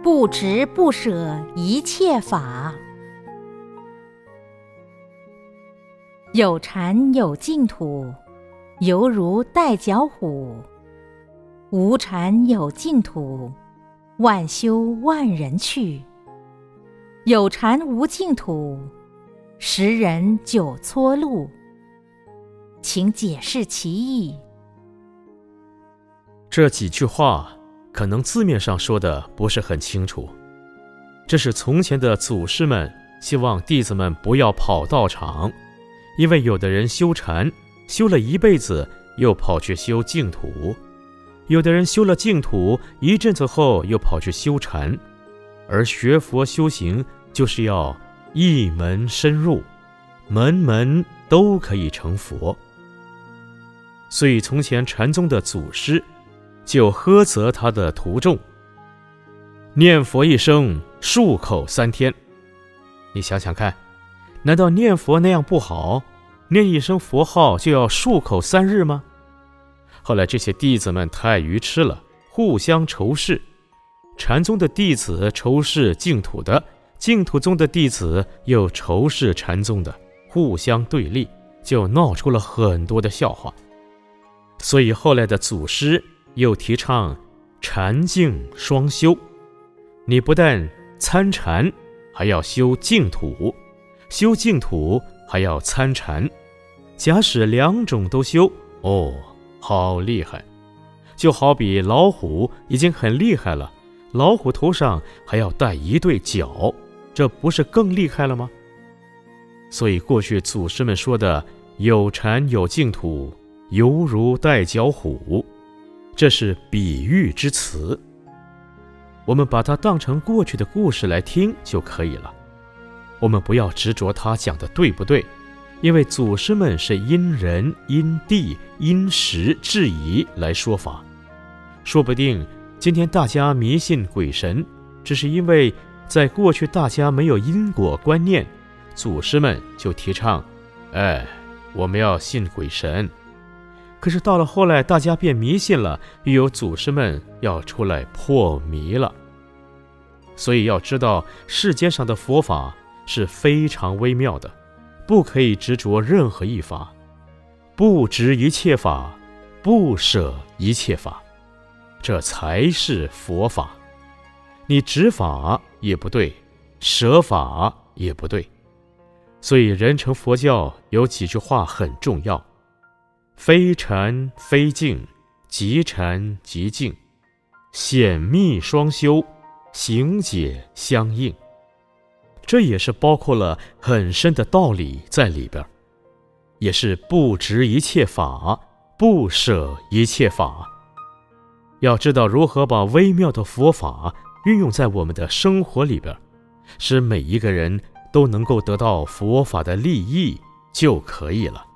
不执不舍一切法。有禅有净土，犹如带脚虎；无禅有净土，万修万人去。有禅无净土，十人九撮路。请解释其意。 这几句话可能字面上说的不是很清楚，这是从前的祖师们希望弟子们不要跑道场，因为有的人修禅修了一辈子，又跑去修净土；有的人修了净土，一阵子后又跑去修禅。而学佛修行就是要一门深入，门门都可以成佛。所以从前禅宗的祖师就呵责他的徒众，念佛一生，漱口3天。你想想看，难道念佛那样不好？念一声佛号就要漱口3日吗？后来这些弟子们太愚痴了，互相仇视。禅宗的弟子仇视净土的，净土宗的弟子又仇视禅宗的，互相对立，就闹出了很多的笑话。所以后来的祖师又提倡禅净双修，你不但参禅，还要修净土，修净土还要参禅。假使2种都修，好厉害！就好比老虎已经很厉害了，老虎头上还要带一对角，这不是更厉害了吗？所以过去祖师们说的有禅有净土，犹如带角虎，这是比喻之词，我们把它当成过去的故事来听就可以了。我们不要执着他讲的对不对，因为祖师们是因人因地因时制宜来说法。说不定今天大家迷信鬼神，只是因为在过去大家没有因果观念，祖师们就提倡我们要信鬼神。可是到了后来大家变迷信了，又有祖师们要出来破迷了。所以要知道世间上的佛法是非常微妙的，不可以执着任何一法，不执一切法，不舍一切法，这才是佛法。你执法也不对，舍法也不对。所以人成佛教有几句话很重要：非禅非净，即禅即净，显密双修，行解相应。这也是包括了很深的道理在里边，也是不执一切法，不舍一切法。要知道如何把微妙的佛法运用在我们的生活里边，使每一个人都能够得到佛法的利益就可以了。